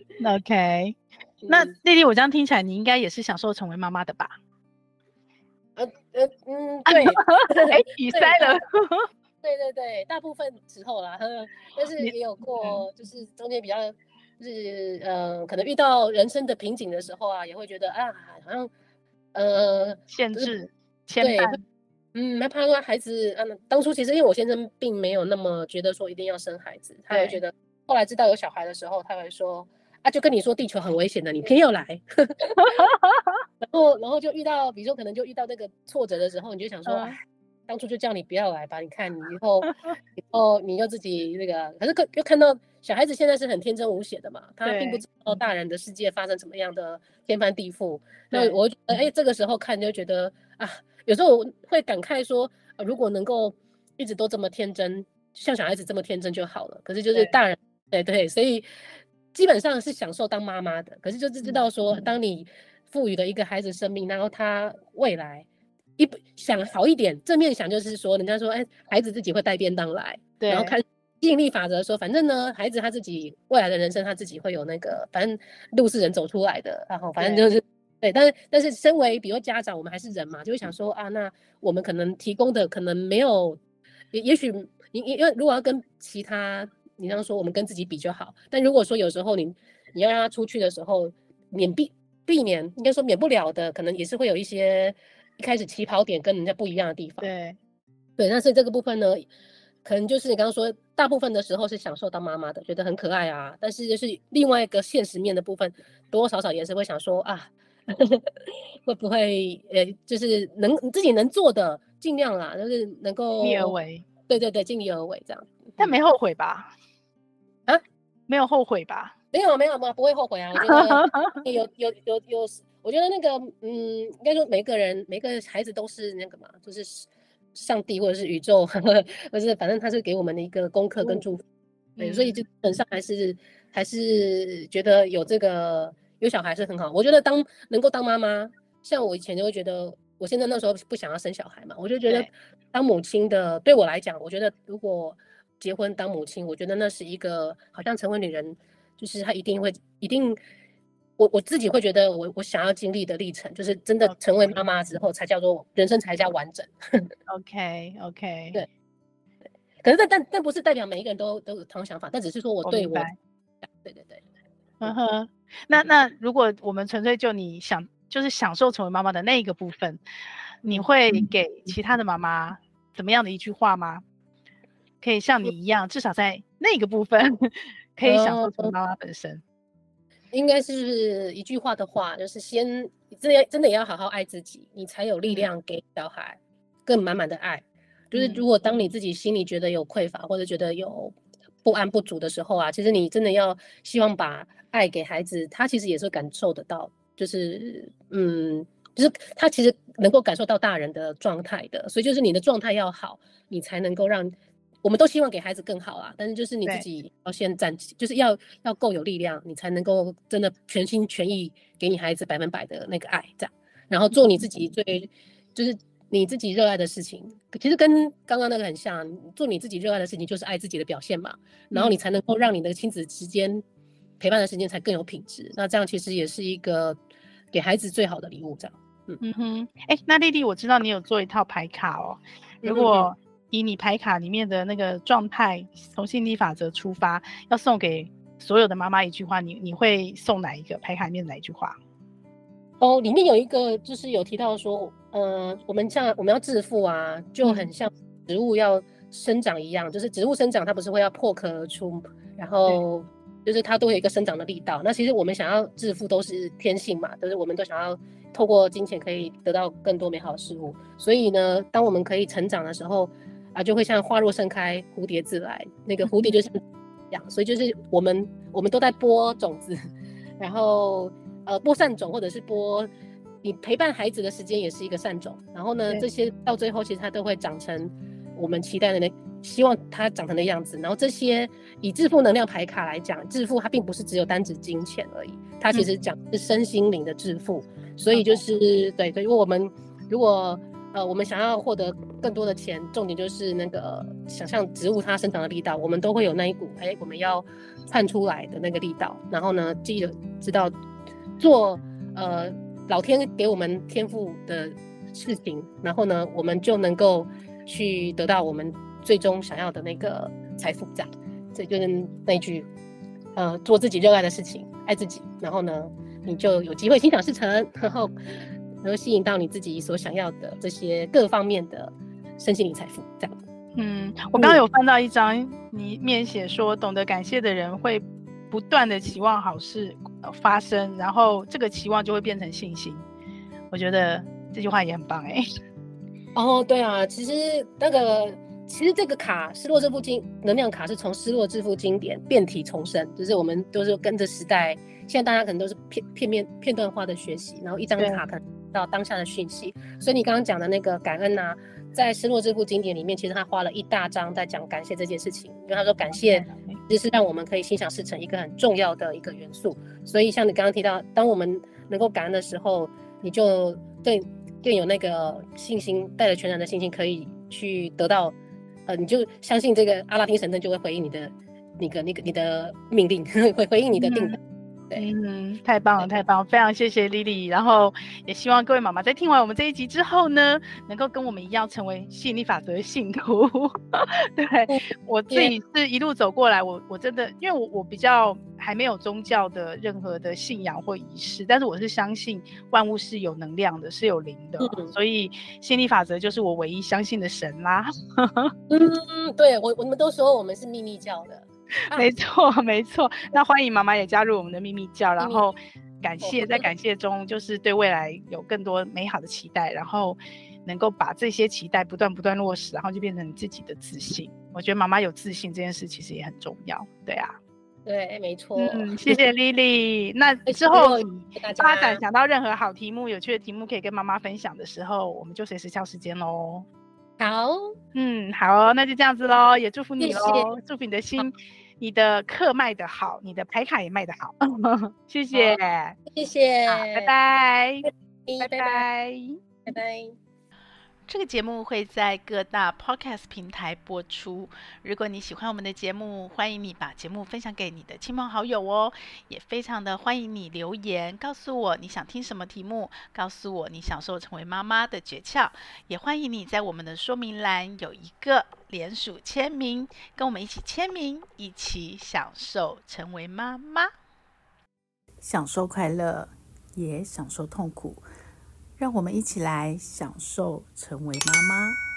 Speaker 2: OK，、嗯、那丽丽，我这样听起来，你应该也是享受成为妈妈的吧？
Speaker 1: 呃呃嗯，对，
Speaker 2: 哎，语塞了。
Speaker 1: 对对对，大部分时候啦，但是也有过，就是中间比较，就是呃，可能遇到人生的瓶颈的时候啊，也会觉得啊，好像呃
Speaker 2: 限制牵绊。
Speaker 1: 嗯，那怕说孩子，嗯，当初其实因为我先生并没有那么觉得说一定要生孩子，他会觉得后来知道有小孩的时候，他会说啊，就跟你说地球很危险的，你偏要来，然后然后就遇到，比如说可能就遇到那个挫折的时候，你就想说，哎、嗯，当初就叫你不要来吧，你看你以后以后你又自己那个，可是又看到小孩子现在是很天真无邪的嘛，他并不知道大人的世界发生什么样的天翻地覆，那我觉得哎，这个时候看就觉得啊。有时候我会感慨说、呃，如果能够一直都这么天真，像小孩子这么天真就好了。可是就是大人，对 对, 对，所以基本上是享受当妈妈的。可是就是知道说，当你赋予了一个孩子生命，然后他未来一想好一点，正面想就是说，人家说，哎，孩子自己会带便当来，
Speaker 2: 对，
Speaker 1: 然后看吸引力法则说，反正呢，孩子他自己未来的人生他自己会有那个，反正路是人走出来的，然后反正就是。对，但是但是身为比如家长，我们还是人嘛，就会想说啊，那我们可能提供的可能没有，也也许你因为如果要跟其他，你刚刚说我们跟自己比就好，但如果说有时候你你要让他出去的时候，免避避免应该说免不了的，可能也是会有一些一开始起跑点跟人家不一样的地方。
Speaker 2: 对
Speaker 1: 对，那所以这个部分呢，可能就是你刚刚说，大部分的时候是享受当妈妈的，觉得很可爱啊，但是就是另外一个现实面的部分，多多少少也是会想说啊。会不会呃，就是能自己能做的尽量啦，就是能够
Speaker 2: 尽力而为。
Speaker 1: 对对对，尽力而为这样。
Speaker 2: 但没后悔吧？
Speaker 1: 啊，
Speaker 2: 没有后悔吧？
Speaker 1: 没有没有没有，不会后悔啊。我觉得有有有有，我觉得那个嗯，应该说每个人每个孩子都是那个嘛，就是上帝或者是宇宙，或是反正他是给我们的一个功课跟祝福。嗯、对，所以就基本上还是还是觉得有这个。有小孩是很好，我觉得当能够当妈妈，像我以前就会觉得，我现在那时候不想要生小孩嘛，我就觉得当母亲的对我来讲，我觉得如果结婚当母亲，我觉得那是一个好像成为女人，就是她一定会一定，我我自己会觉得我我想要经历的历程，就是真的成为妈妈之后才叫做人生才叫完整。
Speaker 2: OK OK，
Speaker 1: 对，可是但但但不是代表每一个人都都有同样想法，但只是说我对我，
Speaker 2: 我
Speaker 1: 对对对。
Speaker 2: 嗯哼，那那如果我们纯粹就你想就是享受成为妈妈的那一个部分，你会给其他的妈妈怎么样的一句话吗？可以像你一样，至少在那个部分可以享受成为妈妈本身。
Speaker 1: 应该是一句话的话，就是先真的真的也要好好爱自己，你才有力量给小孩更满满的爱。就是如果当你自己心里觉得有匮乏或者觉得有不安不足的时候啊，其实你真的要希望把爱给孩子，他其实也是感受得到，就是嗯，就是他其实能够感受到大人的状态的，所以就是你的状态要好，你才能够让。我们都希望给孩子更好啊，但是就是你自己要先站起，就是要要够有力量，你才能够真的全心全意给你孩子百分百的那个爱，这样，然后做你自己最就是你自己热爱的事情。其实跟刚刚那个很像，做你自己热爱的事情就是爱自己的表现嘛，然后你才能够让你的亲子之间陪伴的时间才更有品质。那这样其实也是一个给孩子最好的礼物，这样。
Speaker 2: 嗯嗯哼，哎，那丽丽，我知道你有做一套牌卡哦，如果以你牌卡里面的那个状态，从吸引力法则出发，要送给所有的妈妈一句话，你你会送哪一个牌卡里面的哪一句话？
Speaker 1: 哦，里面有一个就是有提到说，呃，我们像我们要致富啊，就很像植物要生长一样，嗯、就是植物生长它不是会要破壳而出，然后就是它都有一个生长的力道。那其实我们想要致富都是天性嘛，就是我们都想要透过金钱可以得到更多美好的事物。所以呢，当我们可以成长的时候。啊，就会像花若盛开，蝴蝶自来。那个蝴蝶就像这样，所以就是我们我们都在播种子，然后呃播善种，或者是播你陪伴孩子的时间也是一个善种。然后呢，这些到最后其实它都会长成我们期待的那希望它长成的样子。然后这些以致富能量牌卡来讲，致富它并不是只有单指金钱而已，它其实讲是身心灵的致富。嗯、所以就是对对，如果我们如果呃，我们想要获得更多的钱，重点就是那个想象植物它生长的力道，我们都会有那一股哎，我们要窜出来的那个力道。然后呢，记得知道做呃老天给我们天赋的事情，然后呢，我们就能够去得到我们最终想要的那个财富。这样，这就是那一句呃，做自己热爱的事情，爱自己，然后呢，你就有机会心想事成，然后。能够吸引到你自己所想要的这些各方面的身心灵财富，这样。
Speaker 2: 嗯，我刚刚有翻到一张，你面写说，懂得感谢的人会不断的期望好事发生，然后这个期望就会变成信心。我觉得这句话也很棒哎、欸。
Speaker 1: 哦，对啊，其实那个，其实这个卡失落致富经能量卡是从失落致富经典变体重生，就是我们都是跟着时代，现在大家可能都是片片面片段化的学习，然后一张卡可能到当下的讯息。所以你刚刚讲的那个感恩啊，在失落致富经典里面，其实他花了一大章在讲感谢这件事情，因为他说感谢其实是让我们可以心想事成一个很重要的一个元素。所以像你刚刚提到，当我们能够感恩的时候，你就更更有那个信心，带着全然的信心可以去得到，呃，你就相信这个阿拉丁神灯就会回应你的那个那个你的命令，会回应你的订单。嗯
Speaker 2: 对，嗯，太棒了，太棒了，非常谢谢 Lily， 然后也希望各位妈妈在听完我们这一集之后呢，能够跟我们一样成为吸引力法则的信徒。对、嗯、我自己是一路走过来，我我真的，因为我我比较还没有宗教的任何的信仰或仪式，但是我是相信万物是有能量的，是有灵的，嗯、所以吸引力法则就是我唯一相信的神啦。
Speaker 1: 嗯，对我我们都说我们是秘密教的。
Speaker 2: 没错没错，那欢迎妈妈也加入我们的秘密教，然后感谢在感谢中就是对未来有更多美好的期待，然后能够把这些期待不断不断落实，然后就变成自己的自信。我觉得妈妈有自信这件事其实也很重要。对啊，
Speaker 1: 对，没错。
Speaker 2: 嗯，谢谢 Lily。那之后发展想到任何好题目、有趣的题目可以跟妈妈分享的时候，我们就随时敲时间咯。
Speaker 1: 好，
Speaker 2: 嗯，好，那就这样子咯，也祝福你咯，祝福你的心，你的课卖得好，你的牌卡也卖得好。谢谢，
Speaker 1: 谢谢，
Speaker 2: 拜拜，
Speaker 1: 拜拜，拜拜。
Speaker 3: 这个节目会在各大 podcast 平台播出。如果你喜欢我们的节目，欢迎你把节目分享给你的亲朋好友哦。也非常的欢迎你留言，告诉我你想听什么题目，告诉我你享受成为妈妈的诀窍。也欢迎你在我们的说明栏有一个联署签名，跟我们一起签名，一起享受成为妈妈。
Speaker 4: 享受快乐，
Speaker 3: 也享受痛苦。让我们一起来享受成为妈妈。